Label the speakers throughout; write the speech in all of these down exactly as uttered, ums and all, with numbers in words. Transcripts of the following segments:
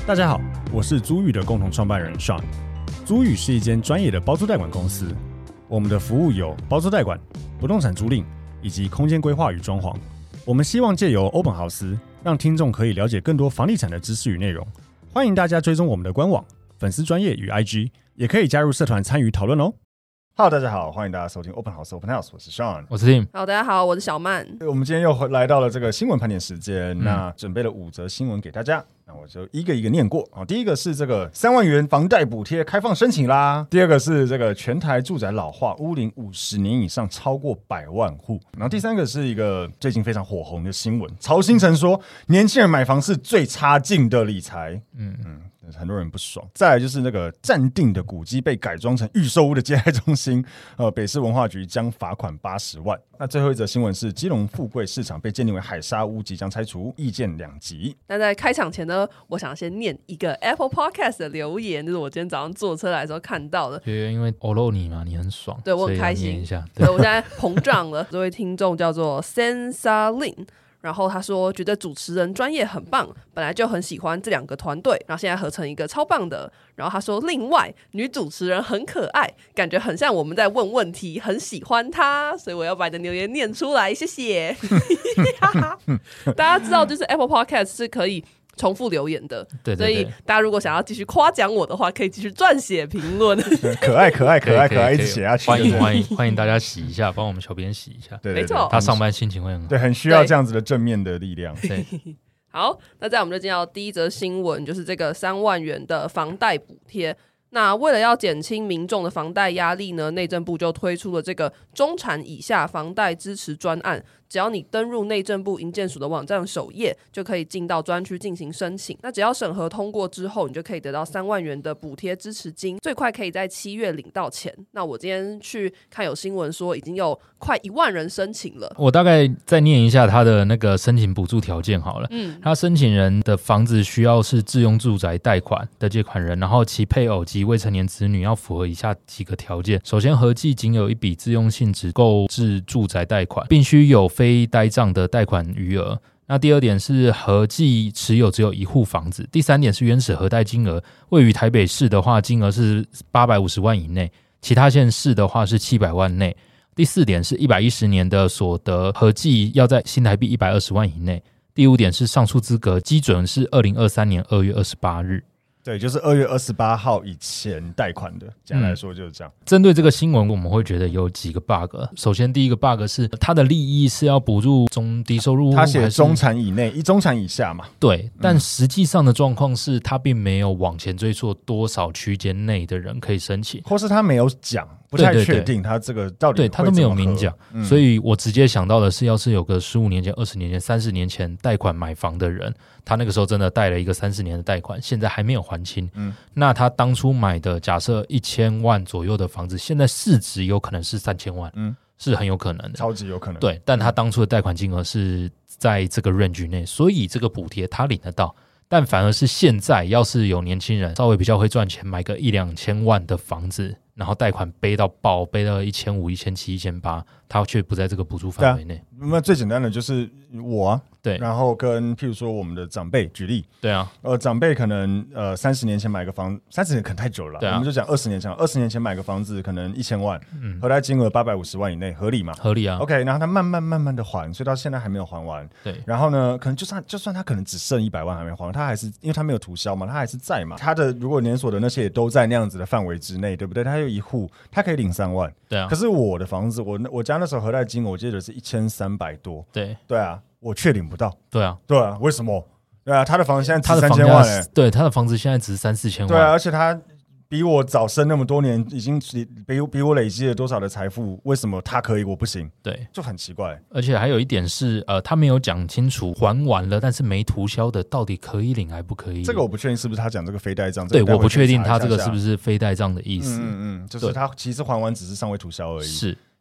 Speaker 1: 大家好，我是租宇的共同创办人 Sean。租宇是一间专业的包租代管公司，我们的服务有包租代管、不动产租赁以及空间规划与装潢。我们希望借由欧本豪斯，让听众可以了解更多房地产的知识与内容。欢迎大家追踪我们的官网、粉丝专页与 I G， 也可以加入社团参与讨论哦。Hello， 大家好，欢迎大家收听 Open House Open House， 我是 Sean，
Speaker 2: 我是 Tim。
Speaker 3: 好，大家好，我是小曼。
Speaker 1: 我们今天又来到了这个新闻盘点时间，嗯、那准备了五则新闻给大家，那我就一个一个念过。第一个是这个三万元房贷补贴开放申请啦，第二个是这个全台住宅老化，屋龄五十年以上超过百万户，然后第三个是一个最近非常火红的新闻，曹兴诚说年轻人买房是最差劲的理财。嗯嗯。很多人不爽。再来就是那个暂定的古迹被改装成预售屋的接待中心，呃，北市文化局将罚款八十万。那最后一则新闻是基隆富贵市场被鉴定为海沙屋，即将拆除，意见两极。
Speaker 3: 那在开场前呢，我想先念一个 Apple Podcast 的留言，就是我今天早上坐车来的时候看到的。
Speaker 2: 对，因为欧露你嘛，你很爽，
Speaker 3: 对我很开心。
Speaker 2: 一下
Speaker 3: 对，我现在膨胀了。这位听众叫做 Sensalin。然后他说觉得主持人专业很棒，本来就很喜欢这两个团队，然后现在合成一个超棒的。然后他说另外女主持人很可爱，感觉很像我们在问问题，很喜欢她，所以我要把你的留言念出来，谢谢。大家知道就是 Apple Podcast 是可以重复留言的，
Speaker 2: 对对对，
Speaker 3: 所以大家如果想要继续夸奖我的话，可以继续撰写评论。
Speaker 1: 可爱可爱可爱可爱，一直写下去。
Speaker 2: 欢迎欢迎欢迎大家洗一下，帮我们小编洗一下。
Speaker 1: 对对对，
Speaker 3: 没错，
Speaker 2: 他上班心情会很好。
Speaker 1: 对，很需要这样子的正面的力量。
Speaker 2: 对。
Speaker 3: 好，那再我们就进到第一则新闻，就是这个三万元的房贷补贴。那为了要减轻民众的房贷压力呢，内政部就推出了这个中产以下房贷支持专案。只要你登入内政部营建署的网站首页，就可以进到专区进行申请。那只要审核通过之后，你就可以得到三万元的补贴支持金，最快可以在七月领到钱。那我今天去看有新闻说，已经有快一万人申请了。
Speaker 2: 我大概再念一下他的那个申请补助条件好了。嗯，他申请人的房子需要是自用住宅贷款的借款人，然后其配偶及未成年子女要符合以下几个条件：首先，合计仅有一笔自用性质购置住宅贷款，并须有非呆账的贷款余额。那第二点是合计持有只有一户房子。第三点是原始核贷金额，位于台北市的话，金额是八百五十万以内；其他县市的话是七百万内。第四点是一百一十年的所得合计要在新台币一百二十万以内。第五点是上述资格基准是二零二三年二月二十八日。
Speaker 1: 对，就是二月二十八号以前贷款的，简单来说就是这样。
Speaker 2: 嗯、针对这个新闻，我们会觉得有几个 bug。首先，第一个 bug 是它的利益是要补助中低收入户，
Speaker 1: 它写中产以内，一中产以下嘛。
Speaker 2: 对，但实际上的状况是，它并没有往前追溯多少区间内的人可以申请，
Speaker 1: 或是他没有讲。不太确定他这个到底会
Speaker 2: 对他都没有明讲、
Speaker 1: 嗯，
Speaker 2: 所以我直接想到的是，要是有个十五年前、二十年前、三十年前贷款买房的人，他那个时候真的贷了一个三十年的贷款，现在还没有还清、嗯，那他当初买的假设一千万左右的房子，现在市值有可能是三千万，嗯，是很有可能的，
Speaker 1: 超级有可能。
Speaker 2: 对，但他当初的贷款金额是在这个 range 内，所以这个补贴他领得到。但反而是现在，要是有年轻人稍微比较会赚钱，买个一两千万的房子，然后贷款背到爆，背到一千五、一千七、一千八，他却不在这个补助范围内。
Speaker 1: 那、啊、最简单的就是我啊，
Speaker 2: 对，
Speaker 1: 然后跟譬如说我们的长辈举例，
Speaker 2: 对啊，
Speaker 1: 呃，长辈可能呃三十年前买个房，三十年可能太久了，
Speaker 2: 对啊，
Speaker 1: 我们就讲二十年前，二十年前买个房子可能一千万，嗯，核贷金额八百五十万以内，合理嘛？
Speaker 2: 合理啊。
Speaker 1: OK， 然后他慢慢慢慢的还，所以到现在还没有还完。
Speaker 2: 对，
Speaker 1: 然后呢，可能就算就算他可能只剩一百万还没还，他还是因为他没有涂销嘛，他还是在嘛。他的如果年所得那些也都在那样子的范围之内，对不对？他有一户，他可以领三万。
Speaker 2: 对啊。
Speaker 1: 可是我的房子，我我家那时候核贷金额我记得是一千三百多。
Speaker 2: 对
Speaker 1: 对啊，我却领不到。
Speaker 2: 对啊，
Speaker 1: 对啊，为什么？对啊，他的房子现在值三千万、欸，
Speaker 2: 对，他的房子现在值三四千万。
Speaker 1: 对啊，而且他比我早生那么多年，已经比比我累积了多少的财富？为什么他可以，我不行？
Speaker 2: 对，
Speaker 1: 就很奇怪。
Speaker 2: 而且还有一点是，呃，他没有讲清楚还完了，但是没涂销的到底可以领还不可以领？
Speaker 1: 这个我不确定是不是他讲这个非贷账。
Speaker 2: 对，
Speaker 1: 这个、
Speaker 2: 我不确定他这个是不是非贷账的意思。
Speaker 1: 嗯嗯，就是他其实还完只是尚未涂销而已。
Speaker 2: 是。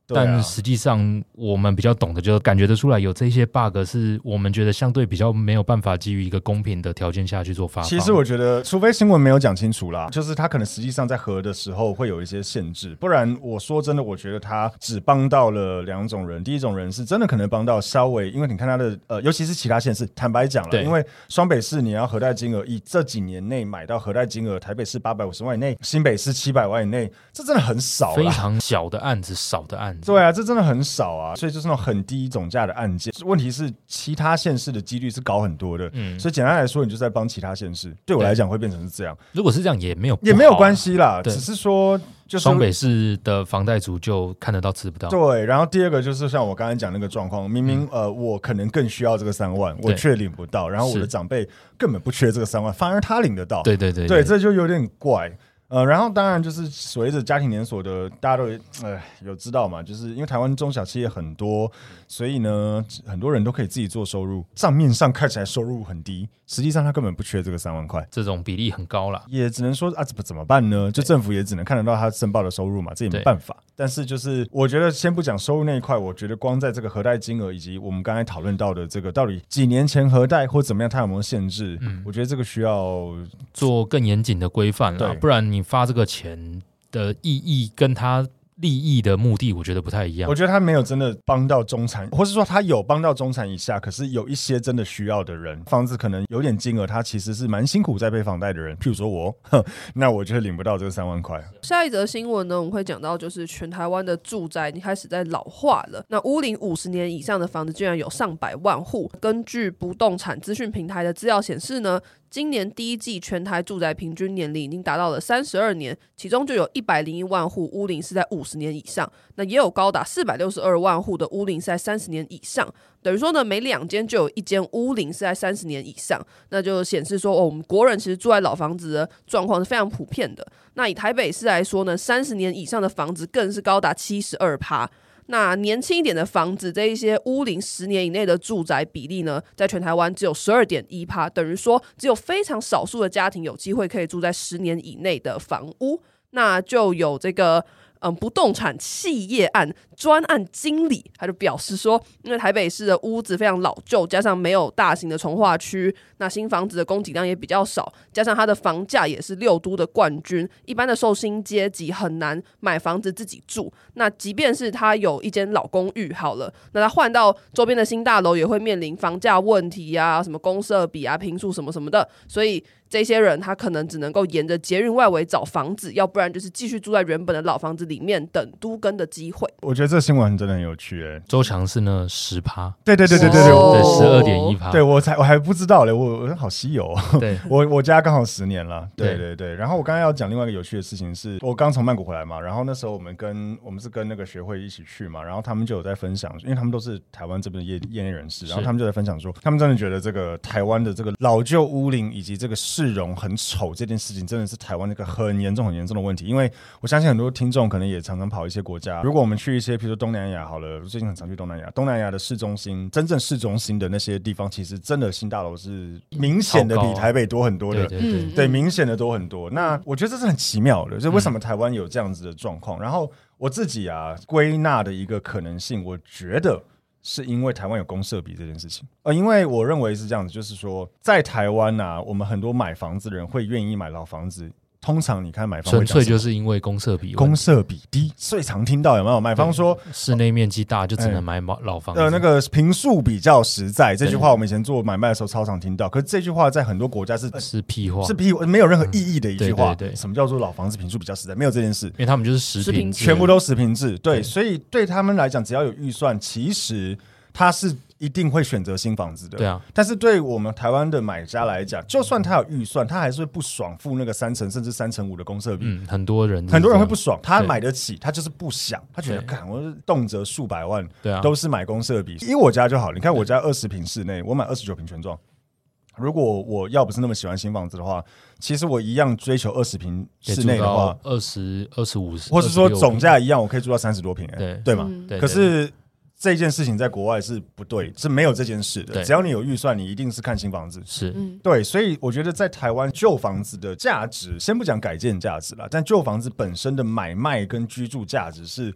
Speaker 2: 但实际上我们比较懂的就感觉得出来有这些 bug 是我们觉得相对比较没有办法基于一个公平的条件下去做发放。
Speaker 1: 其实我觉得除非新闻没有讲清楚啦，就是他可能实际上在核的时候会有一些限制，不然我说真的我觉得他只帮到了两种人。第一种人是真的可能帮到稍微，因为你看他的呃，尤其是其他县市，坦白讲了，因为双北市你要核贷金额以这几年内买到核贷金额，台北市八百五十万以内，新北市七百万以内，这真的很少啦，
Speaker 2: 非常小的案子，少的案子。
Speaker 1: 对啊，这真的很少啊，所以就是那种很低总价的案件。问题是其他县市的几率是高很多的，嗯，所以简单来说，你就在帮其他县市。对我来讲会变成是这样。
Speaker 2: 如果是这样也没有、啊、
Speaker 1: 也没有关系啦，只是说就是
Speaker 2: 双北市的房贷族就看得到吃不到。
Speaker 1: 对，然后第二个就是像我刚才讲那个状况，明明、嗯、呃我可能更需要这个三万，我却领不到，然后我的长辈根本不缺这个三万，反而他领得到。
Speaker 2: 对对 对,
Speaker 1: 对, 对，这就有点怪。呃，然后当然就是随着家庭连锁的，大家都呃有知道嘛，就是因为台湾中小企业很多，所以呢，很多人都可以自己做收入，账面上看起来收入很低，实际上他根本不缺这个三万块，
Speaker 2: 这种比例很高啦，
Speaker 1: 也只能说啊，怎么怎么办呢？就政府也只能看得到他申报的收入嘛，这也没办法。但是就是我觉得先不讲收入那一块，我觉得光在这个核贷金额以及我们刚才讨论到的这个到底几年前核贷或怎么样，它有没有限制？嗯，我觉得这个需要
Speaker 2: 做更严谨的规范啦，不然你发这个钱的意义跟他利益的目的我觉得不太一样。
Speaker 1: 我觉得他没有真的帮到中产，或是说他有帮到中产以下，可是有一些真的需要的人，房子可能有点金额，他其实是蛮辛苦在背房贷的人，譬如说我，那我就领不到这三万块。
Speaker 3: 下一则新闻呢，我们会讲到就是全台湾的住宅已经开始在老化了，那屋龄五十年以上的房子居然有上百万户。根据不动产资讯平台的资料显示呢，今年第一季全台住宅平均年龄已经达到了三十二年，其中就有一百零一万户屋龄是在五十年以上，那也有高达四百六十二万户的屋龄是在三十年以上。等于说呢，每两间就有一间屋龄是在三十年以上，那就显示说、哦、我们国人其实住在老房子的状况是非常普遍的。那以台北市来说呢，三十年以上的房子更是高达 百分之七十二。那年轻一点的房子，这一些屋龄十年以内的住宅比例呢，在全台湾只有 百分之十二点一， 等于说只有非常少数的家庭有机会可以住在十年以内的房屋。那就有这个嗯，不动产企业案专案经理，他就表示说，因为台北市的屋子非常老旧，加上没有大型的重划区，那新房子的供给量也比较少，加上它的房价也是六都的冠军，一般的受薪阶级很难买房子自己住。那即便是他有一间老公寓好了，那他换到周边的新大楼也会面临房价问题啊，什么公设比啊、坪数什么什么的，所以这些人他可能只能够沿着捷运外围找房子，要不然就是继续住在原本的老房子里面等都更的机会。
Speaker 1: 我觉得这个新闻真的很有趣诶、欸。
Speaker 2: 周强是呢十趴，
Speaker 1: 对对对对对对，
Speaker 2: 对十二点一趴，
Speaker 1: 对我才我还不知道嘞，我我好稀有、哦。
Speaker 2: 对，
Speaker 1: 我我家刚好十年了，对对对。然后我刚才要讲另外一个有趣的事情是，我刚从曼谷回来嘛，然后那时候我们跟我们是跟那个学会一起去嘛，然后他们就有在分享，因为他们都是台湾这边的业业内人士，然后他们就在分享说，他们真的觉得这个台湾的这个老旧屋龄以及这个市容很丑。这件事情真的是台湾那个很严重很严重的问题，因为我相信很多听众可能也常常跑一些国家，如果我们去一些比如说东南亚好了，最近很常去东南亚，东南亚的市中心，真正市中心的那些地方，其实真的新大楼是明显的比台北多很多的，
Speaker 2: 对对对，
Speaker 1: 对，明显的多很多。那我觉得这是很奇妙的，就是为什么台湾有这样子的状况、嗯、然后我自己啊归纳的一个可能性，我觉得是因为台湾有公设比这件事情，呃，因为我认为是这样子，就是说，在台湾啊，我们很多买房子的人会愿意买老房子。通常你看买房
Speaker 2: 纯粹就是因为公设比
Speaker 1: 公设比低，最常听到有没有买方说
Speaker 2: 室内面积大就只能买老房子、
Speaker 1: 欸、呃，那个坪数比较实在，这句话我们以前做买卖的时候超常听到，可是这句话在很多国家是
Speaker 2: 是屁话，
Speaker 1: 是屁，没有任何意义的一句话、
Speaker 2: 嗯、对对对，
Speaker 1: 什么叫做老房子坪数比较实在？没有这件事，
Speaker 2: 因为他们就是实坪制，
Speaker 1: 全部都实坪制，对，所以对他们来讲，只要有预算，其实他是一定会选择新房子的，
Speaker 2: 对啊。
Speaker 1: 但是对我们台湾的买家来讲，就算他有预算，他还是会不爽付那个三成甚至三成五的公设比。
Speaker 2: 嗯，很多人
Speaker 1: 很多人会不爽，他买得起，他就是不想，他觉得干我动辄数百万，
Speaker 2: 对啊，
Speaker 1: 都是买公设比。以我家就好，你看我家二十坪室内，我买二十九坪全幢。如果我要不是那么喜欢新房子的话，其实我一样追求二十坪室内的话，
Speaker 2: 二十二十五，
Speaker 1: 或是说总价一样，我可以住到三十多坪、欸，
Speaker 2: 对
Speaker 1: 对吗？
Speaker 2: 嗯、
Speaker 1: 可是这件事情在国外是不对，是没有这件事的。只要你有预算，你一定是看新房子。
Speaker 2: 是，
Speaker 1: 对，所以我觉得在台湾旧房子的价值，先不讲改建价值啦，但旧房子本身的买卖跟居住价值是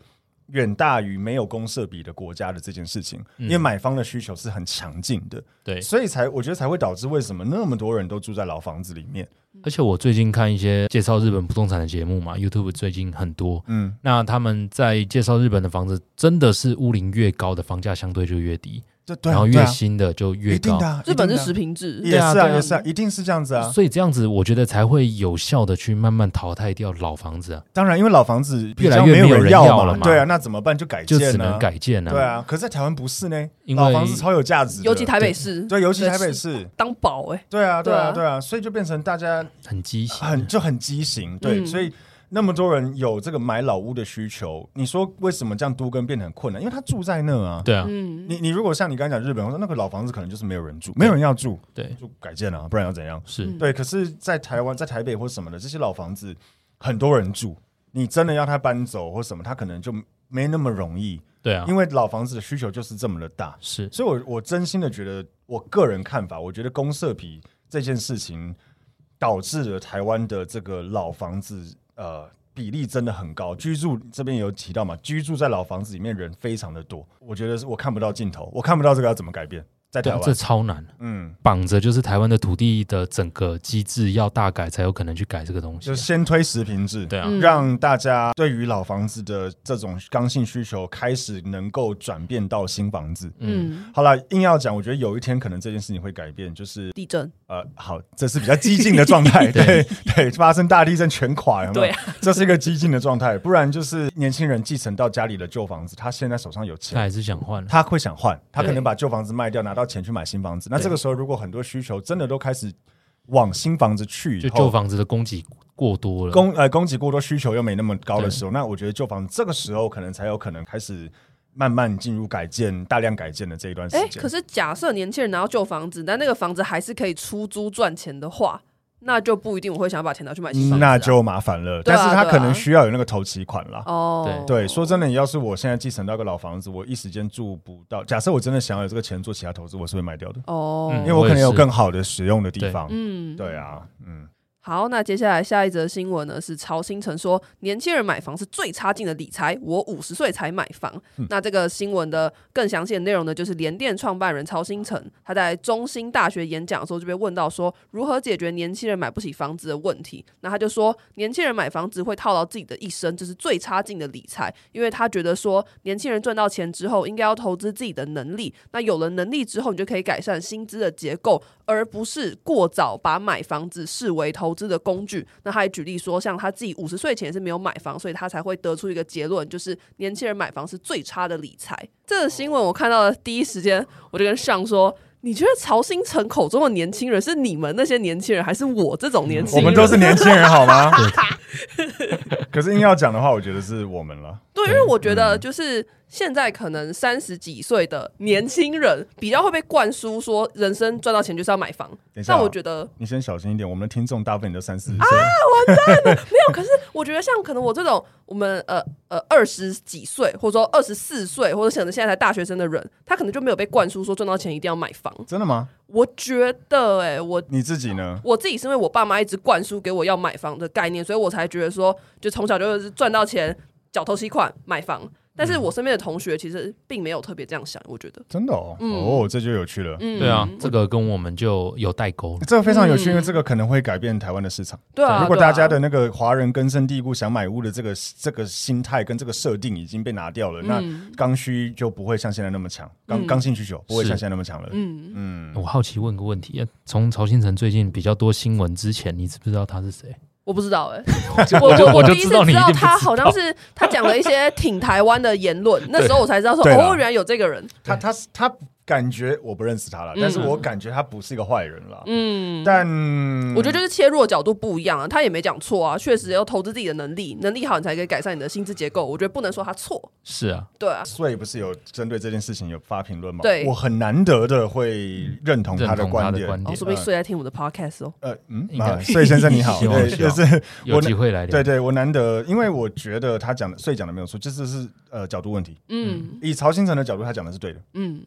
Speaker 1: 远大于没有公设比的国家的这件事情，嗯、因为买方的需求是很强劲的，
Speaker 2: 对，
Speaker 1: 所以才我觉得才会导致为什么那么多人都住在老房子里面。
Speaker 2: 而且我最近看一些介绍日本不动产的节目嘛 ，YouTube 最近很多，嗯，那他们在介绍日本的房子，真的是屋龄越高的房价相对就越低。
Speaker 1: 对啊、
Speaker 2: 然后越新的就越高，
Speaker 1: 啊、
Speaker 3: 日本是实坪制，
Speaker 1: 也是啊，也是啊，一定是这样子啊。
Speaker 2: 所以这样子，我觉得才会有效的去慢慢淘汰掉老房子啊。
Speaker 1: 当然，因为老房子
Speaker 2: 越来越没有人要了嘛，
Speaker 1: 对啊，那怎么办？就改建、啊，
Speaker 2: 就只能改建啊。
Speaker 1: 对啊，可是在台湾不是呢，老房子超有价值的，
Speaker 3: 尤其台北市，
Speaker 1: 对，尤其台北市
Speaker 3: 当宝哎、欸，
Speaker 1: 对啊，对啊，对啊，所以就变成大家
Speaker 2: 很畸形，
Speaker 1: 很就很畸形，对，嗯、所以。那么多人有这个买老屋的需求，你说为什么这样都更变得很困难？因为他住在那啊。
Speaker 2: 对啊，
Speaker 3: 嗯、
Speaker 1: 你你如果像你刚才讲日本，我说那个老房子可能就是没有人住，没有人要住，
Speaker 2: 对，
Speaker 1: 就改建啊，不然要怎样？
Speaker 2: 是
Speaker 1: 对。可是，在台湾、在台北或什么的这些老房子，很多人住，你真的要他搬走或什么，他可能就没那么容易。
Speaker 2: 对啊，
Speaker 1: 因为老房子的需求就是这么的大。
Speaker 2: 是，
Speaker 1: 所以我我真心的觉得，我个人看法，我觉得公设比这件事情导致了台湾的这个老房子，呃。比例真的很高，居住这边有提到嘛？居住在老房子里面人非常的多，我觉得是我看不到尽头，我看不到这个要怎么改变。在台湾、啊、
Speaker 2: 这超难，嗯，绑着就是台湾的土地的整个机制要大改，才有可能去改这个东西、啊。
Speaker 1: 就是先推实坪制，
Speaker 2: 对啊，
Speaker 1: 让大家对于老房子的这种刚性需求开始能够转变到新房子。嗯，好了，硬要讲，我觉得有一天可能这件事情会改变，就是
Speaker 3: 地震。
Speaker 1: 呃，好，这是比较激进的状态，对对，发生大地震全垮，有没有？
Speaker 3: 对、啊，
Speaker 1: 这是一个激进的状态，不然就是年轻人继承到家里的旧房子，他现在手上有钱，
Speaker 2: 他还是想换，
Speaker 1: 他会想换，他可能把旧房子卖掉，拿到钱去买新房子。那这个时候，如果很多需求真的都开始往新房子去以后，
Speaker 2: 就旧房子的供给过多了，
Speaker 1: 供呃供给过多，需求又没那么高的时候，那我觉得旧房子这个时候可能才有可能开始慢慢进入改建、大量改建的这一段时间。
Speaker 3: 可是假设年轻人拿到旧房子，但那个房子还是可以出租赚钱的话，那就不一定我会想要把钱拿去买新房子、啊，
Speaker 1: 那就麻烦了。
Speaker 3: 啊、
Speaker 1: 但是他可能需要有那个头期款啦。
Speaker 3: 哦、
Speaker 1: 啊，对，说真的，要是我现在继承到个老房子，我一时间住不到。假设我真的想要有这个钱做其他投资，我是会卖掉的。
Speaker 3: 哦、
Speaker 1: 嗯，因为我可能有更好的使用的地方。
Speaker 3: 嗯，
Speaker 1: 对啊，嗯。
Speaker 3: 好，那接下来下一则新闻呢是曹兴诚说，年轻人买房是最差劲的理财，我五十岁才买房。嗯、那这个新闻的更详细的内容呢，就是联电创办人曹兴诚他在中兴大学演讲的时候就被问到说，如何解决年轻人买不起房子的问题。那他就说，年轻人买房子会套牢自己的一生，这是最差劲的理财，因为他觉得说，年轻人赚到钱之后应该要投资自己的能力，那有了能力之后，你就可以改善薪资的结构，而不是过早把买房子视为投资的工具。那他还举例说，像他自己五十岁前是没有买房，所以他才会得出一个结论，就是年轻人买房是最差的理财。这个新闻我看到的第一时间，我就跟上说，你觉得曹兴诚口中的年轻人是你们那些年轻人，还是我这种年轻人？
Speaker 1: 我们都是年轻人好吗？可是硬要讲的话，我觉得是我们了。
Speaker 3: 对，因为我觉得就是现在可能三十几岁的年轻人比较会被灌输说，人生赚到钱就是要买房。但我觉得
Speaker 1: 你先小心一点，我们的听众大部分都三四十岁
Speaker 3: 啊，完蛋了，没有。可是我觉得像可能我这种，我们呃呃二十几岁，或者说二十四岁，或者可能现在才大学生的人，他可能就没有被灌输说赚到钱一定要买房。
Speaker 1: 真的吗？
Speaker 3: 我觉得哎、欸，我
Speaker 1: 你自己呢？
Speaker 3: 我自己是因为我爸妈一直灌输给我要买房的概念，所以我才觉得说，就从小就是赚到钱，缴头期款买房。但是我身边的同学其实并没有特别这样想，我觉得
Speaker 1: 真的哦，嗯、哦，这就有趣了。
Speaker 2: 嗯、对啊，这个跟我们就有代沟了。
Speaker 1: 这个非常有趣，因为这个可能会改变台湾的市场。
Speaker 3: 对啊，
Speaker 1: 如果大家的那个华人根深蒂固想买屋的这个这个心态跟这个设定已经被拿掉了，嗯、那刚需就不会像现在那么强，刚、嗯、刚性需求不会像现在那么强了。嗯
Speaker 2: 嗯。我好奇问个问题，从曹兴诚最近比较多新闻之前，你知不知道他是谁？
Speaker 3: 我不知道哎、欸，我我我第一次知道他好像是他讲了一些挺台湾的言论，那时候我才知道说哦，原来有这个人。
Speaker 1: 他他他感觉我不认识他了，嗯、但是我感觉他不是一个坏人了。嗯，但
Speaker 3: 我觉得就是切入的角度不一样啊，他也没讲错啊，确实要投资自己的能力，能力好你才可以改善你的薪资结构。我觉得不能说他错。
Speaker 2: 是啊，
Speaker 3: 对啊。
Speaker 1: 所以不是有针对这件事情有发评论吗？
Speaker 3: 对，
Speaker 1: 我很难得的会认同他的观点。
Speaker 3: 哦，说不定睡在听我们的 podcast 哦。
Speaker 1: 呃嗯，啊，睡先生你好，对，就是
Speaker 2: 有机会来聊。
Speaker 1: 对对，我难得，因为我觉得他讲的睡讲的没有错，这是是呃角度问题。嗯，以曹兴诚的角度，他讲的是对的。嗯，可是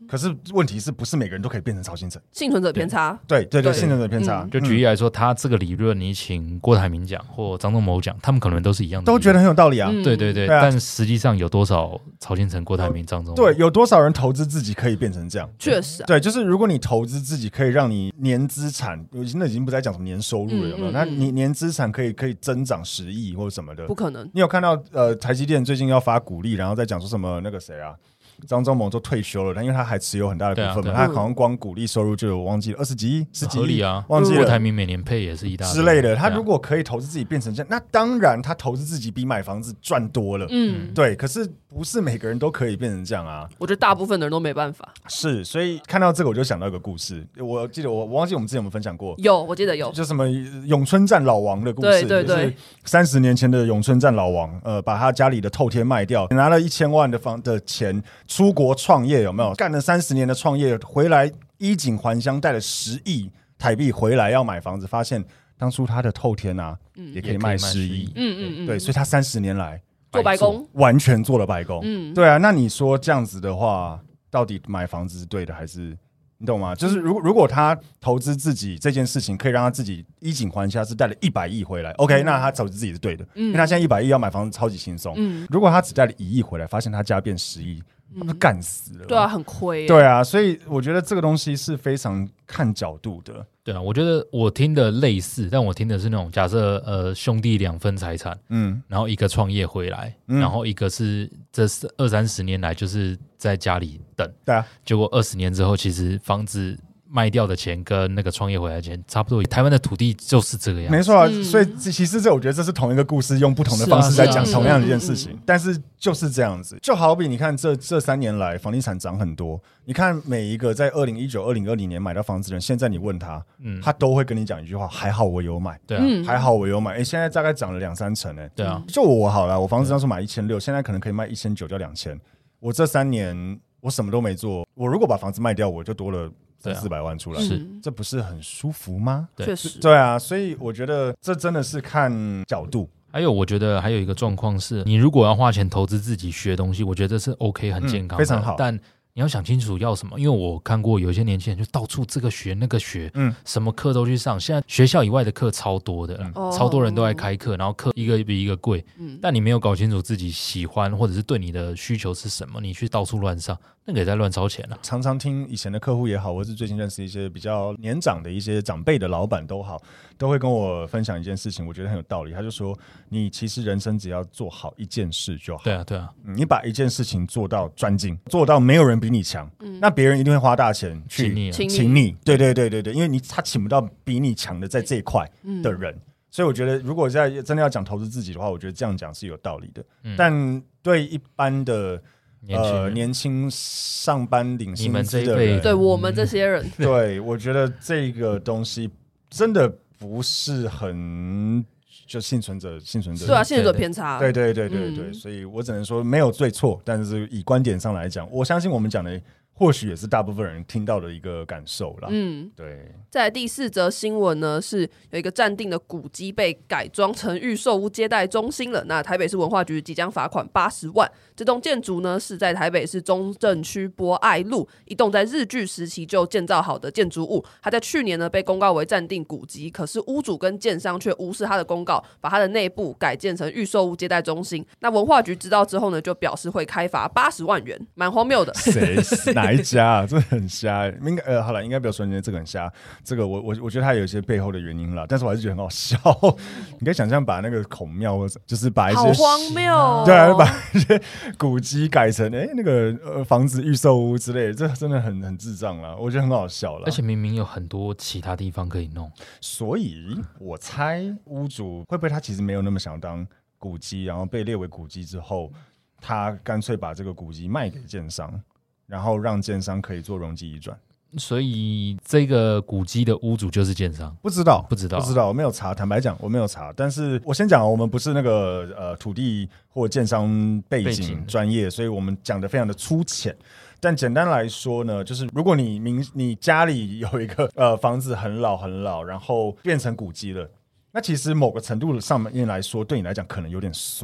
Speaker 1: 问题是不是每个人都可以变成曹新成？
Speaker 3: 幸存者偏差，
Speaker 1: 对对 对, 对，幸存者偏差、嗯。
Speaker 2: 就举例来说，他这个理论，你请郭台铭讲或张忠谋讲，他们可能都是一样的，
Speaker 1: 都觉得很有道理啊。
Speaker 3: 嗯、
Speaker 2: 对对对，
Speaker 1: 对啊、
Speaker 2: 但实际上有多少曹新成、郭台铭、张忠谋？
Speaker 1: 对，有多少人投资自己可以变成这样？
Speaker 3: 确实、啊，
Speaker 1: 对，就是如果你投资自己，可以让你年资产，那已经不再讲什么年收入了，有没有？嗯嗯嗯、那你年资产可以可以增长十亿或者什么的，
Speaker 3: 不可能。
Speaker 1: 你有看到呃，台积电最近要发股利，然后再讲说什么那个谁啊？张忠谋都退休了，但因为他还持有很大的股份嘛，啊啊、他好像光股利收入就有忘记了二十几亿、十几亿，合
Speaker 2: 理啊，
Speaker 1: 忘记了。
Speaker 2: 郭台铭每年配也是一大
Speaker 1: 之类的。他如果可以投资自己变成这样，那当然他投资自己比买房子赚多了。嗯，对。可是不是每个人都可以变成这样啊。
Speaker 3: 我觉得大部分的人都没办法。
Speaker 1: 是，所以看到这个我就想到一个故事，我记得我我忘记我们之前有没有分享过？
Speaker 3: 有，我记得有，
Speaker 1: 就什么永春站老王的故事，
Speaker 3: 对对对，
Speaker 1: 三十年前的永春站老王，呃，把他家里的透天卖掉，拿了一千万的房的钱出国创业。有没有干了三十年的创业回来衣锦还乡，带了十亿台币回来要买房子，发现当初他的透天啊、嗯、也可以卖十亿，嗯嗯嗯，对，所以他三十年来
Speaker 3: 做白工，
Speaker 1: 完全做了白工，嗯，对啊，那你说这样子的话，到底买房子是对的还是？你懂吗？就是如果如果他投资自己这件事情，可以让他自己衣锦还乡，是带了一百亿回来 ，OK，、嗯、那他投资自己是对的，嗯、因为他现在一百亿要买房子超级轻松。嗯，如果他只带了一亿回来，发现他家变十亿。他们干死了，
Speaker 3: 对啊，很亏。
Speaker 1: 对啊，所以我觉得这个东西是非常看角度的。
Speaker 2: 对啊，我觉得我听的类似，但我听的是那种假设呃兄弟两分财产，嗯，然后一个创业回来，嗯、然后一个是这二三十年来就是在家里等，
Speaker 1: 对啊，
Speaker 2: 结果二十年之后，其实房子卖掉的钱跟那个创业回来的钱差不多。台湾的土地就是这个样子，
Speaker 1: 没错啊。嗯、所以其实这我觉得这是同一个故事，用不同的方式在讲同样的一件事情，但是就是这样子。就好比你看这这三年来房地产涨很多，你看每一个在二零一九、二零二零年买到房子的人，现在你问他，嗯、他都会跟你讲一句话：还好我有买，
Speaker 2: 对啊，
Speaker 1: 还好我有买。哎、欸，现在大概涨了两三成，哎，
Speaker 2: 对啊。
Speaker 1: 就我好了，我房子当初买一千六，现在可能可以卖一千九到两千。我这三年我什么都没做，我如果把房子卖掉，我就多了三四百万出来，
Speaker 2: 是
Speaker 1: 这不是很舒服吗？
Speaker 3: 确实，
Speaker 1: 对啊，所以我觉得这真的是看角度。
Speaker 2: 还有，我觉得还有一个状况是，你如果要花钱投资自己学东西，我觉得是 OK 很健康的、嗯，
Speaker 1: 非常好。
Speaker 2: 但你要想清楚要什么，因为我看过有些年轻人就到处这个学那个学，嗯，什么课都去上。现在学校以外的课超多的，嗯、超多人都在开课，然后课一个比一个贵，嗯，但你没有搞清楚自己喜欢或者是对你的需求是什么，你去到处乱上，那个也在乱烧钱了、啊。
Speaker 1: 常常听以前的客户也好，或是最近认识一些比较年长的一些长辈的老板都好，都会跟我分享一件事情，我觉得很有道理。他就说，你其实人生只要做好一件事就好。
Speaker 2: 对啊，对啊，
Speaker 1: 嗯、你把一件事情做到专精，做到没有人比你强。嗯，那别人一定会花大钱去
Speaker 2: 请你，
Speaker 1: 请你，对对对对对，因为你他请不到比你强的在这一块的人，嗯、所以我觉得如果在真的要讲投资自己的话，我觉得这样讲是有道理的。嗯、但对一般的
Speaker 2: 年轻
Speaker 1: 呃年轻上班领薪资的人，
Speaker 3: 对我们这些人，
Speaker 1: 嗯、对我觉得这个东西真的不是很。就幸存者，幸存者，
Speaker 3: 对啊，幸存者偏差，
Speaker 1: 对对对对对，嗯、所以我只能说没有对错，但是以观点上来讲，我相信我们讲的或许也是大部分人听到的一个感受啦。嗯，对。
Speaker 3: 再来第四则新闻呢，是有一个暂定的古迹被改装成预售屋接待中心了。那台北市文化局即将罚款八十万。这栋建筑呢是在台北市中正区博爱路一栋在日据时期就建造好的建筑物。它在去年呢被公告为暂定古迹，可是屋主跟建商却无视它的公告，把它的内部改建成预售屋接待中心。那文化局知道之后呢，就表示会开罚八十万元，蛮荒谬的。
Speaker 1: 谁哪一家啊？这很瞎。应该呃，好了，应该不要说这个很瞎。这个我我我觉得它有一些背后的原因啦，但是我还是觉得很好笑。你可以想象把那个孔庙，就是把一些
Speaker 3: 好荒谬、哦，
Speaker 1: 对啊，把一些古迹改成哎、欸、那个呃房子预售屋之类的，这真的很很智障啦，我觉得很好笑啦。
Speaker 2: 而且明明有很多其他地方可以弄，
Speaker 1: 所以我猜屋主会不会他其实没有那么想当古迹，然后被列为古迹之后，他干脆把这个古迹卖给建商，然后让建商可以做容积移转。
Speaker 2: 所以这个古迹的屋主就是建商？
Speaker 1: 不知道，
Speaker 2: 不知道，
Speaker 1: 不知道，我没有查。坦白讲，我没有查。但是我先讲，我们不是那个呃土地或建商背景专业，所以我们讲的非常的粗浅。但简单来说呢，就是如果你明你家里有一个呃房子很老很老，然后变成古迹了，那其实某个程度上面来说，对你来讲可能有点衰。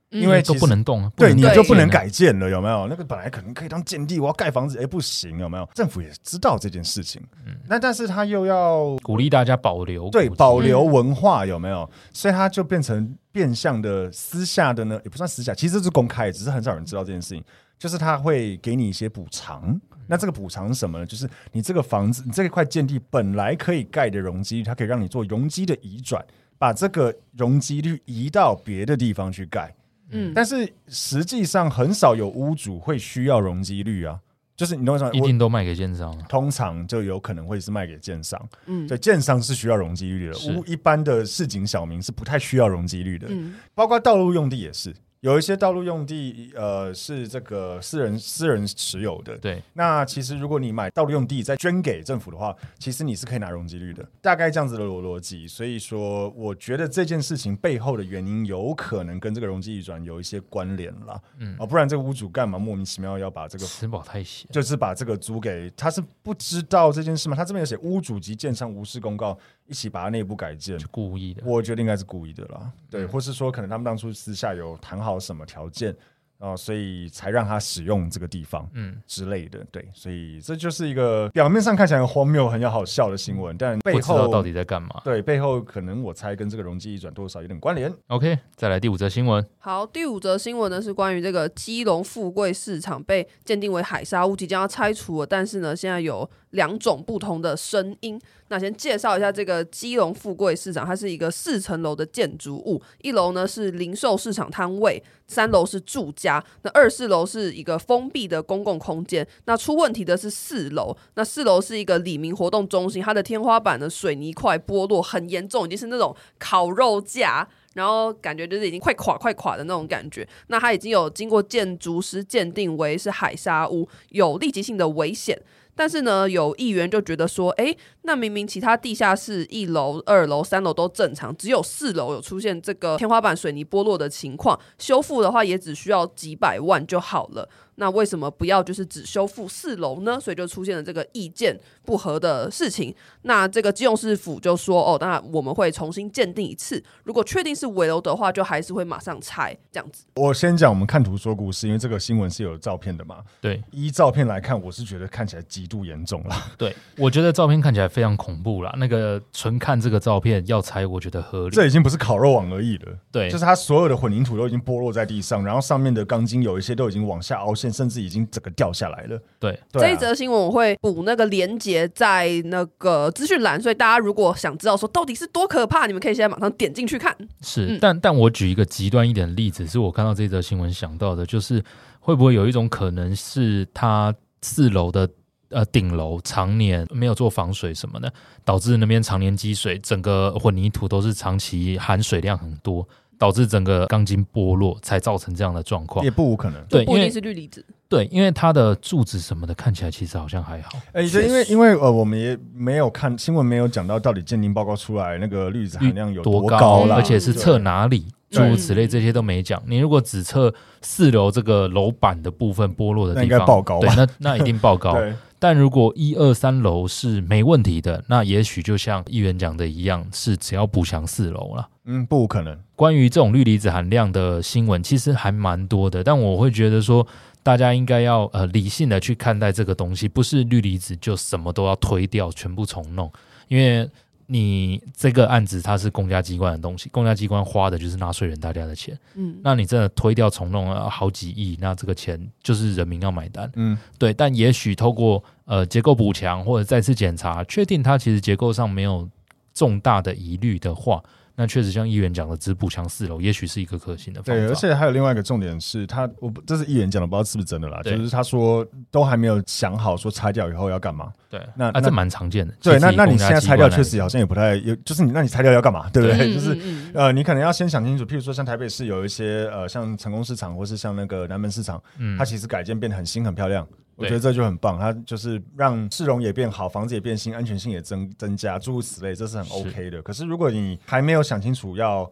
Speaker 1: 因为
Speaker 2: 都不能动，
Speaker 1: 对，你就不能
Speaker 2: 改
Speaker 1: 改建了，有没有？那个本来可能可以当建地，我要盖房子，哎，不行，有没有？政府也知道这件事情，嗯，那但是他又要
Speaker 2: 鼓励大家保留，
Speaker 1: 对，保留文化，有没有？所以他就变成变相的私下的呢，也不算私下，其实是公开，只是很少人知道这件事情。就是他会给你一些补偿，那这个补偿是什么呢？就是你这个房子，你这块建地本来可以盖的容积率，它可以让你做容积的移转，把这个容积率移到别的地方去盖。嗯，但是实际上很少有屋主会需要容积率啊，就是你懂我意思，
Speaker 2: 一定都卖给建商，
Speaker 1: 通常就有可能会是卖给建商。嗯，对，建商是需要容积率的，屋一般的市井小民是不太需要容积率的，嗯，包括道路用地也是。有一些道路用地，呃，是这个私人私人持有的。
Speaker 2: 对，
Speaker 1: 那其实如果你买道路用地再捐给政府的话，其实你是可以拿容积率的，大概这样子的逻辑。所以说，我觉得这件事情背后的原因有可能跟这个容积移转有一些关联啦。嗯，哦，不然这个屋主干嘛莫名其妙要把这个
Speaker 2: 吃饱太闲，
Speaker 1: 就是把这个租给他是不知道这件事吗？他这边有写屋主及建商无视公告，一起把它内部改建，
Speaker 2: 就故意的。
Speaker 1: 我觉得应该是故意的啦，对，嗯、或是说可能他们当初私下有谈好什么条件。哦，所以才让他使用这个地方，嗯之类的，对，所以这就是一个表面上看起来很荒谬、很好笑的新闻，但背后
Speaker 2: 不知道到底在干嘛。
Speaker 1: 对，背后可能我猜跟这个容积移转多少有点关联。
Speaker 2: OK， 再来第五则新闻。
Speaker 3: 好，第五则新闻呢是关于这个基隆富贵市场被鉴定为海砂屋，即将要拆除了，但是呢，现在有两种不同的声音。那先介绍一下这个基隆富贵市场，它是一个四层楼的建筑物，一楼呢是零售市场摊位，三楼是住家，那二四楼是一个封闭的公共空间。那出问题的是四楼，那四楼是一个里民活动中心，它的天花板的水泥块剥落很严重，已经是那种烤肉架。然后感觉就是已经快垮快垮的那种感觉，那它已经有经过建筑师鉴定为是海砂屋，有立即性的危险。但是呢，有议员就觉得说，哎，那明明其他地下室一楼、二楼、三楼都正常，只有四楼有出现这个天花板水泥剥落的情况，修复的话也只需要几百万就好了。那为什么不要就是只修复四楼呢？所以就出现了这个意见不合的事情。那这个基隆市府就说，哦，那我们会重新鉴定一次，如果确定是危楼的话，就还是会马上拆这样子。
Speaker 1: 我先讲我们看图说故事，因为这个新闻是有照片的嘛。
Speaker 2: 对，
Speaker 1: 依照片来看，我是觉得看起来极度严重啦。
Speaker 2: 对，我觉得照片看起来非常恐怖啦。那个纯看这个照片要拆，我觉得合理。
Speaker 1: 这已经不是烤肉网而已了。
Speaker 2: 对，
Speaker 1: 就是它所有的混凝土都已经剥落在地上，然后上面的钢筋有一些都已经往下凹陷，甚至已经整个掉下来了。
Speaker 2: 对，
Speaker 1: 对啊、
Speaker 3: 这一则新闻我会补那个连结在那个资讯栏，所以大家如果想知道说到底是多可怕，你们可以现在马上点进去看。
Speaker 2: 是，嗯、但但我举一个极端一点的例子，是我看到这则新闻想到的，就是会不会有一种可能是它四楼的呃顶楼常年没有做防水什么的，导致那边常年积水，整个混凝土都是长期含水量很多。导致整个钢筋剥落，才造成这样的状况，
Speaker 1: 也不无可能。
Speaker 2: 对，
Speaker 3: 不一定是氯离子。
Speaker 2: 对，因为它的柱子什么的看起来其实好像还好。
Speaker 1: 哎、欸，因为因为呃，我们也没有看新闻，没有讲到到底鉴定报告出来那个氯离子含量有多高啦，
Speaker 2: 而且是测哪里，诸如此类这些都没讲。你如果只测四楼这个楼板的部分剥落的地方，那
Speaker 1: 应该报高吧？
Speaker 2: 对，那那一定报高。对。但如果一二三楼是没问题的，那也许就像议员讲的一样，是只要补强四楼了。
Speaker 1: 嗯，不无可能。
Speaker 2: 关于这种氯离子含量的新闻，其实还蛮多的，但我会觉得说，大家应该要呃理性的去看待这个东西，不是氯离子就什么都要推掉，全部重弄，因为你这个案子它是公家机关的东西，公家机关花的就是纳税人大家的钱，嗯，那你真的推掉重弄了好几亿，那这个钱就是人民要买单，嗯，对，但也许透过呃结构补强或者再次检查，确定它其实结构上没有重大的疑虑的话，那确实像议员讲的，只补强四楼，也许是一个可行的方法。
Speaker 1: 对，而且还有另外一个重点是，他我这是议员讲的，不知道是不是真的啦。就是他说都还没有想好说拆掉以后要干嘛。
Speaker 2: 对，那啊，这蛮常见的。
Speaker 1: 对，那那你现在拆掉，确实好像也不太有，就是你那你拆掉要干嘛？对不对？对就是呃，你可能要先想清楚。譬如说，像台北市有一些呃，像成功市场，或是像那个南门市场，嗯，它其实改建变得很新很漂亮。我觉得这就很棒，它就是让市容也变好，房子也变新，安全性也增增加，诸如此类，这是很 OK 的。可是如果你还没有想清楚要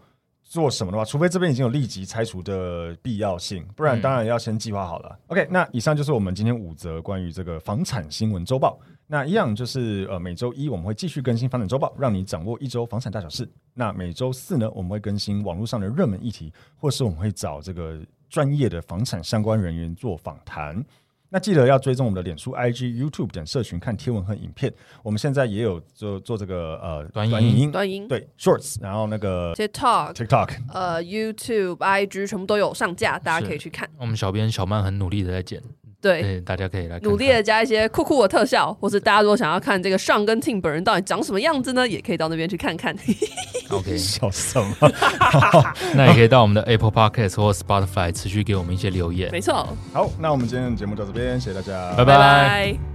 Speaker 1: 做什么的话，除非这边已经有立即拆除的必要性，不然当然要先计划好了。嗯、OK， 那以上就是我们今天五则关于这个房产新闻周报。那一样就是呃每周一我们会继续更新房产周报，让你掌握一周房产大小事。那每周四呢，我们会更新网络上的热门议题，或是我们会找这个专业的房产相关人员做访谈。那记得要追踪我们的脸书、I G、YouTube 等社群看贴文和影片。我们现在也有做做这个呃
Speaker 2: 短影
Speaker 1: 音、
Speaker 3: 短影
Speaker 1: 对 Shorts， 然后那个
Speaker 3: TikTok、
Speaker 1: TikTok、
Speaker 3: 呃 YouTube、I G 全部都有上架，大家可以去看。
Speaker 2: 我们小编小曼很努力的在剪。
Speaker 3: 对,
Speaker 2: 对，大家可以来看看
Speaker 3: 努力的加一些酷酷的特效，或是大家如果想要看这个Sean跟 Tim 本人到底长什么样子呢，也可以到那边去看看。
Speaker 2: OK，
Speaker 1: 笑什么？
Speaker 2: 那也可以到我们的 Apple Podcast 或 Spotify 持续给我们一些留言。
Speaker 3: 没错。
Speaker 1: 好，那我们今天的节目到这边，谢谢大家，
Speaker 2: 拜拜。
Speaker 3: 拜拜。